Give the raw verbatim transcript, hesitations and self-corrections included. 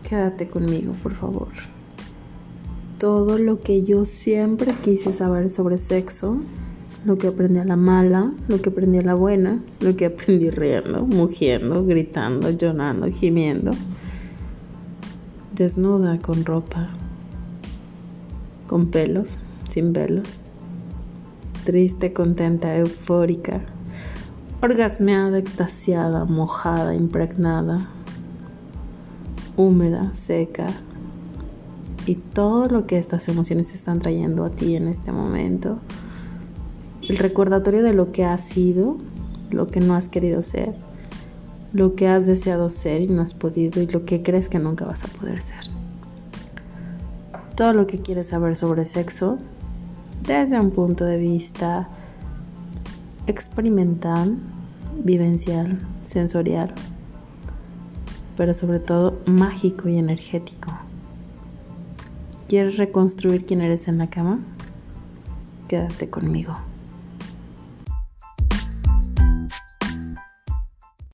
Quédate conmigo, por favor. Todo lo que yo siempre quise saber sobre sexo, lo que aprendí a la mala, lo que aprendí a la buena, lo que aprendí riendo, mugiendo, gritando, llorando, gimiendo, desnuda, con ropa, con pelos, sin pelos, triste, contenta, eufórica, orgasmeada, extasiada, mojada, impregnada, húmeda, seca, y todo lo que estas emociones están trayendo a ti en este momento. El recordatorio de lo que has sido, lo que no has querido ser, lo que has deseado ser y no has podido, y lo que crees que nunca vas a poder ser. Todo lo que quieres saber sobre sexo desde un punto de vista experimental, vivencial, sensorial, pero sobre todo mágico y energético. ¿Quieres reconstruir quién eres en la cama? Quédate conmigo.